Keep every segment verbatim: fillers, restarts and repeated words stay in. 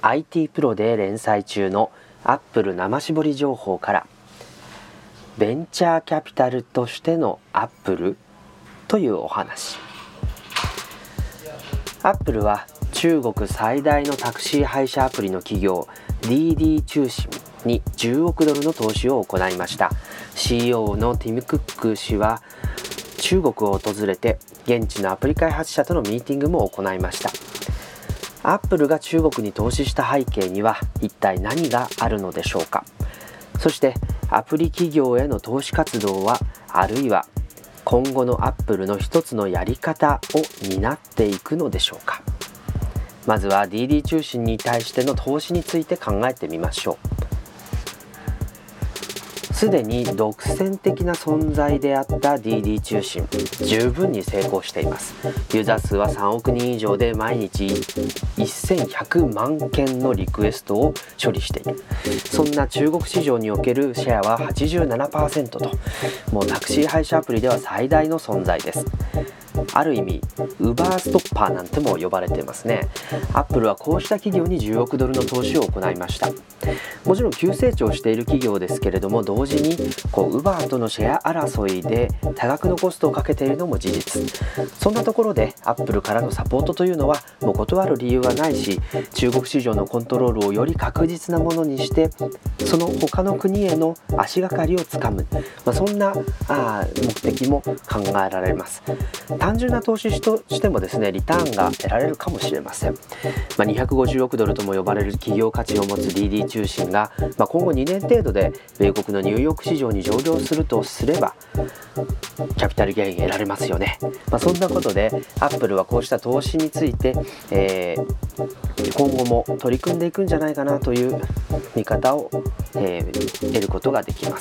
アイティー プロで連載中のアップル生絞り情報から、ベンチャーキャピタルとしてのアップルというお話。アップルは中国最大のタクシー配車アプリの企業 ディーディー 中心にじゅうおくドルの投資を行いました。 シーイーオー のティム・クック氏は中国を訪れて現地のアプリ開発者とのミーティングも行いました。アップルが中国に投資した背景には一体何があるのでしょうか。そしてアプリ企業への投資活動は、あるいは今後のアップルの一つのやり方を担っていくのでしょうか。まずは ディーディー 中心に対しての投資について考えてみましょう。すでに独占的な存在であった ディーディー 中心、十分に成功しています。ユーザー数はさんおくにん以上で毎日せんひゃくまんけんのリクエストを処理している。そんな中国市場におけるシェアは はちじゅうななパーセント と、もうタクシー配車アプリでは最大の存在です。ある意味ウバーストッパーなんても呼ばれていますね。アップルはこうした企業にじゅうおくドルの投資を行いました。もちろん急成長している企業ですけれども、同時にこうウバーとのシェア争いで多額のコストをかけているのも事実。そんなところでアップルからのサポートというのはもう断る理由はないし、中国市場のコントロールをより確実なものにして、その他の国への足がかりをつかむ、まあ、そんなあ目的も考えられます。単純な投資としてもですね、リターンが得られるかもしれません。まあ、にひゃくごじゅうおくドルとも呼ばれる企業価値を持つ ディーディー 中心が、まあ、今後にねん程度で米国のニューヨーク市場に上場するとすればキャピタルゲイン得られますよね。まあ、そんなことでアップルはこうした投資について、えー、今後も取り組んでいくんじゃないかなという見方を、えー、得ることができます。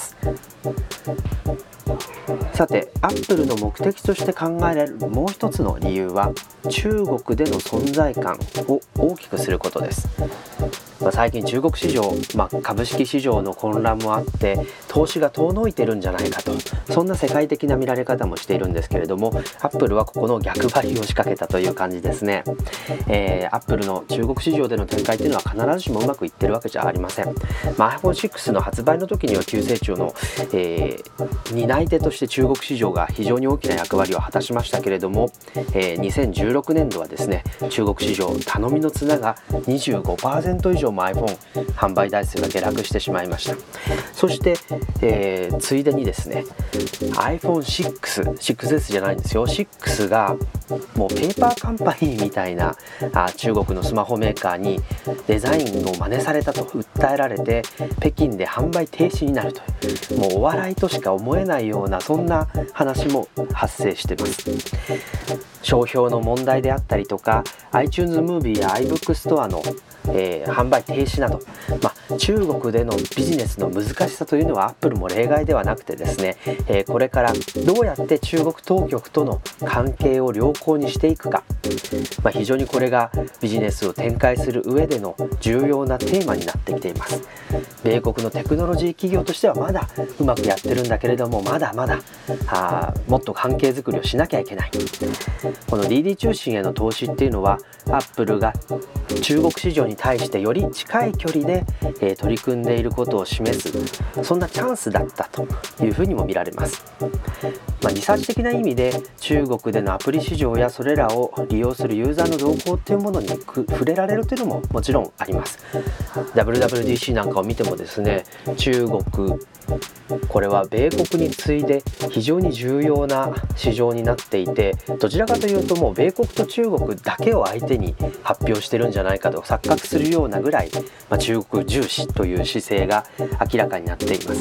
さて、アップルの目的として考えられるもう一つの理由は、中国での存在感を大きくすることです。まあ、最近中国市場、まあ、株式市場の混乱もあって投資が遠のいてるんじゃないかと、そんな世界的な見られ方もしているんですけれども、アップルはここの逆張りを仕掛けたという感じですね。えー、アップルの中国市場での展開というのは必ずしもうまくいってるわけじゃありません。まあ、アイフォンシックス の発売の時には急成長の、えー、担い手として中国市場が非常に大きな役割を果たしましたけれども、えー、にせんじゅうろくねんどはですね、中国市場頼みの綱が にじゅうごパーセント 以上も iPhone 販売台数が下落してしまいました。そして、えー、ついでにですね アイフォンシックス、シックスエス じゃないんですよ、シックスがもうペーパーカンパニーみたいなあ中国のスマホメーカーにデザインを真似されたと訴えられて、北京で販売停止になるという、もうお笑いとしか思えないようなそんな話も発生しています。商標の問題であったりとか iTunes ムービーや iBook ストアのえー、販売停止など、まあ、中国でのビジネスの難しさというのはアップルも例外ではなくてですね、えー、これからどうやって中国当局との関係を良好にしていくか、まあ、非常にこれがビジネスを展開する上での重要なテーマになってきています。米国のテクノロジー企業としてはまだうまくやってるんだけれども、まだまだあもっと関係づくりをしなきゃいけない。この ディーディー 中心への投資っていうのは、アップルが中国市場に対してより近い距離で、えー、取り組んでいることを示す、そんなチャンスだったというふうにも見られます。まあ、リサーチ的な意味で中国でのアプリ市場やそれらを利用するユーザーの動向っていうものに触れられるというのももちろんあります。 ダブリューダブリューディーシー なんかを見てもですね、中国、これは米国に次いで非常に重要な市場になっていて、どちらかというともう米国と中国だけを相手に発表してるんじゃないかと錯覚するようなぐらい、まあ、中国重視という姿勢が明らかになっています。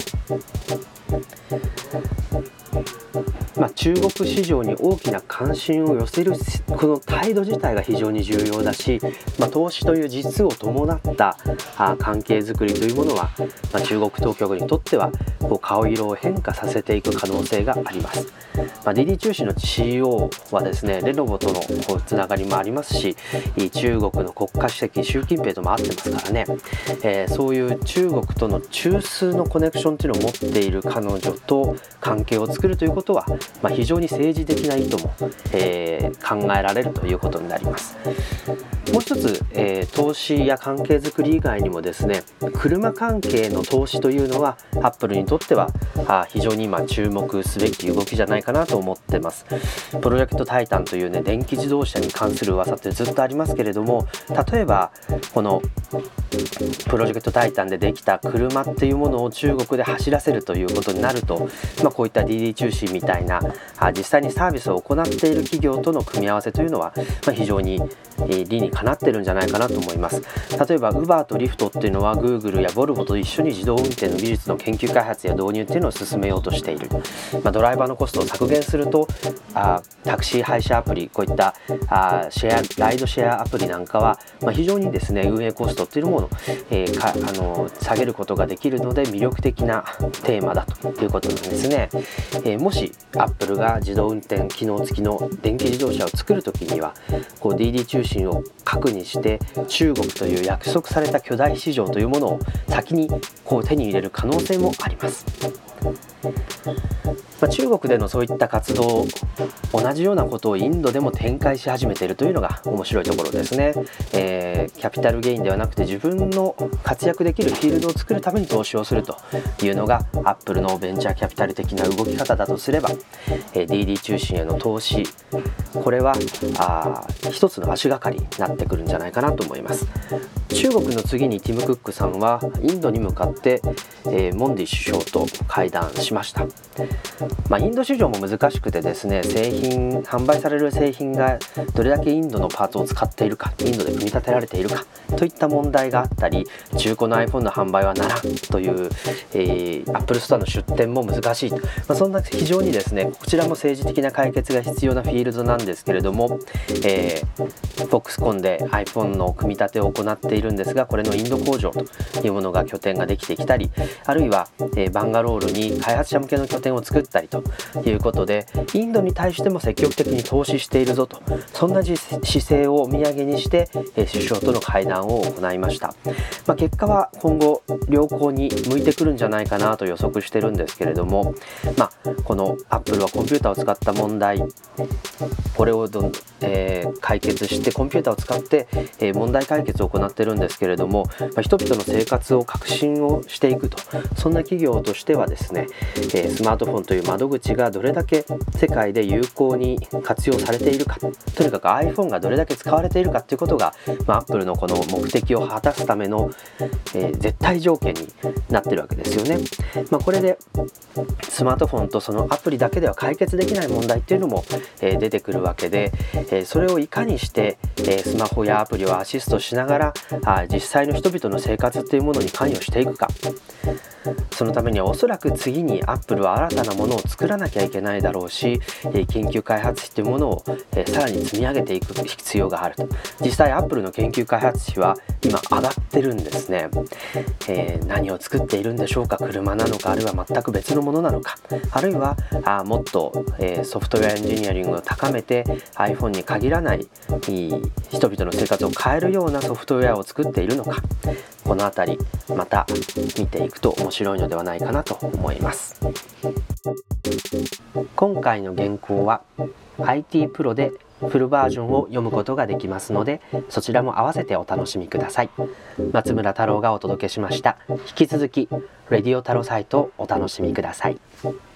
まあ、中国市場に大きな関心を寄せるこの態度自体が非常に重要だし、まあ、投資という実を伴ったあ関係づくりというものは、まあ、中国当局にとってはこう顔色を変化させていく可能性があります。まあ、ディーディー 中心の シーイーオー はですね、レノボとのこうつながりもありますし、中国の国家主席習近平とも会ってますからね、えー、そういう中国との中枢のコネクションというのを持っている彼女と関係を作作るということは、まあ、非常に政治的な意図も、えー、考えられるということになります。もう一つ、えー、投資や関係づくり以外にもですね、車関係の投資というのはアップルにとってはあ非常に今注目すべき動きじゃないかなと思ってます。プロジェクトタイタンというね、電気自動車に関する噂ってずっとありますけれども、例えばこのプロジェクトタイタンでできた車っていうものを中国で走らせるということになると、まあ、こういった ディーディー 通信みたいなあ実際にサービスを行っている企業との組み合わせというのは、まあ、非常に理にかなってるんじゃないかなと思います。例えば Uber と Lyft っていうのは Google や Volvo と一緒に自動運転の技術の研究開発や導入っていうのを進めようとしている。まあ、ドライバーのコストを削減するとあタクシー配車アプリ、こういったあシェアライドシェアアプリなんかは、まあ、非常にですね運営コストっていうものを、えー、かあの下げることができるので魅力的なテーマだということなんですね。えー、もし Apple が自動運転機能付きの電気自動車を作るときにはこう ディーディー 中心を核にして中国という約束された巨大市場というものを先にこう手に入れる可能性もあります。まあ、中国でのそういった活動、同じようなことをインドでも展開し始めているというのが面白いところですね。えー、キャピタルゲインではなくて自分の活躍できるフィールドを作るために投資をするというのがアップルのベンチャーキャピタル的な動き方だとすれば、えー、ディーディー 中心への投資、これはあ一つの足がかりになってくるんじゃないかなと思います。中国の次にティム・クックさんはインドに向かって、えー、モンディ首相と会談しました。まあ、インド市場も難しくてですね、製品販売される製品がどれだけインドのパーツを使っているか、インドで組み立てられているかといった問題があったり、中古の iPhone の販売はならんという、えー、Apple Store の出店も難しいと、まあ、そんな非常にですねこちらも政治的な解決が必要なフィールドなんですけれども、えー、フォックスコンで iPhone の組み立てを行っているんですが、これのインド工場というものが拠点ができてきたり、あるいは、えー、バンガロールに開発者向けの拠点を作ったりということで、インドに対しても積極的に投資しているぞと、そんな姿勢をお土産にして、えー、首相との会談を行いました。まあ、結果は今後良好に向いてくるんじゃないかなと予測してるんですけれども、まあ、この Apple はコンピューターを使った問題、これをどん、えー、解決してコンピューターを使って、えー、問題解決を行ってるんですけれども、まあ、人々の生活を革新をしていくと、そんな企業としてはですね、えー、スマートフォンという窓口がどれだけ世界で有効に活用されているか、とにかく iPhone がどれだけ使われているかということが、まあ、Apple のこの目的を果たすための、えー、絶対条件になってるわけですよね。まあ、これでスマートフォンとそのアプリだけでは解決できない問題っていうのも、えー、出てくるわけで、えー、それをいかにして、えー、スマホやアプリをアシストしながらあ実際の人々の生活っていうものに関与していくか。そのためにはおそらく次にアップルは新たなものを作らなきゃいけないだろうし、研究開発費というものをさらに積み上げていく必要があると。実際アップルの研究開発費は今上がってるんですね。えー、何を作っているんでしょうか。車なのか、あるいは全く別のものなのか、あるいはあもっと、えー、ソフトウェアエンジニアリングを高めて iPhone に限らない人々の生活を変えるようなソフトウェアを作っているのか、このあたりまた見ていくと面白いのではないかなと思います。今回の原稿は アイティー プロでフルバージョンを読むことができますので、そちらも合わせてお楽しみください。松村太郎がお届けしました。引き続きレディオ太郎サイトをお楽しみください。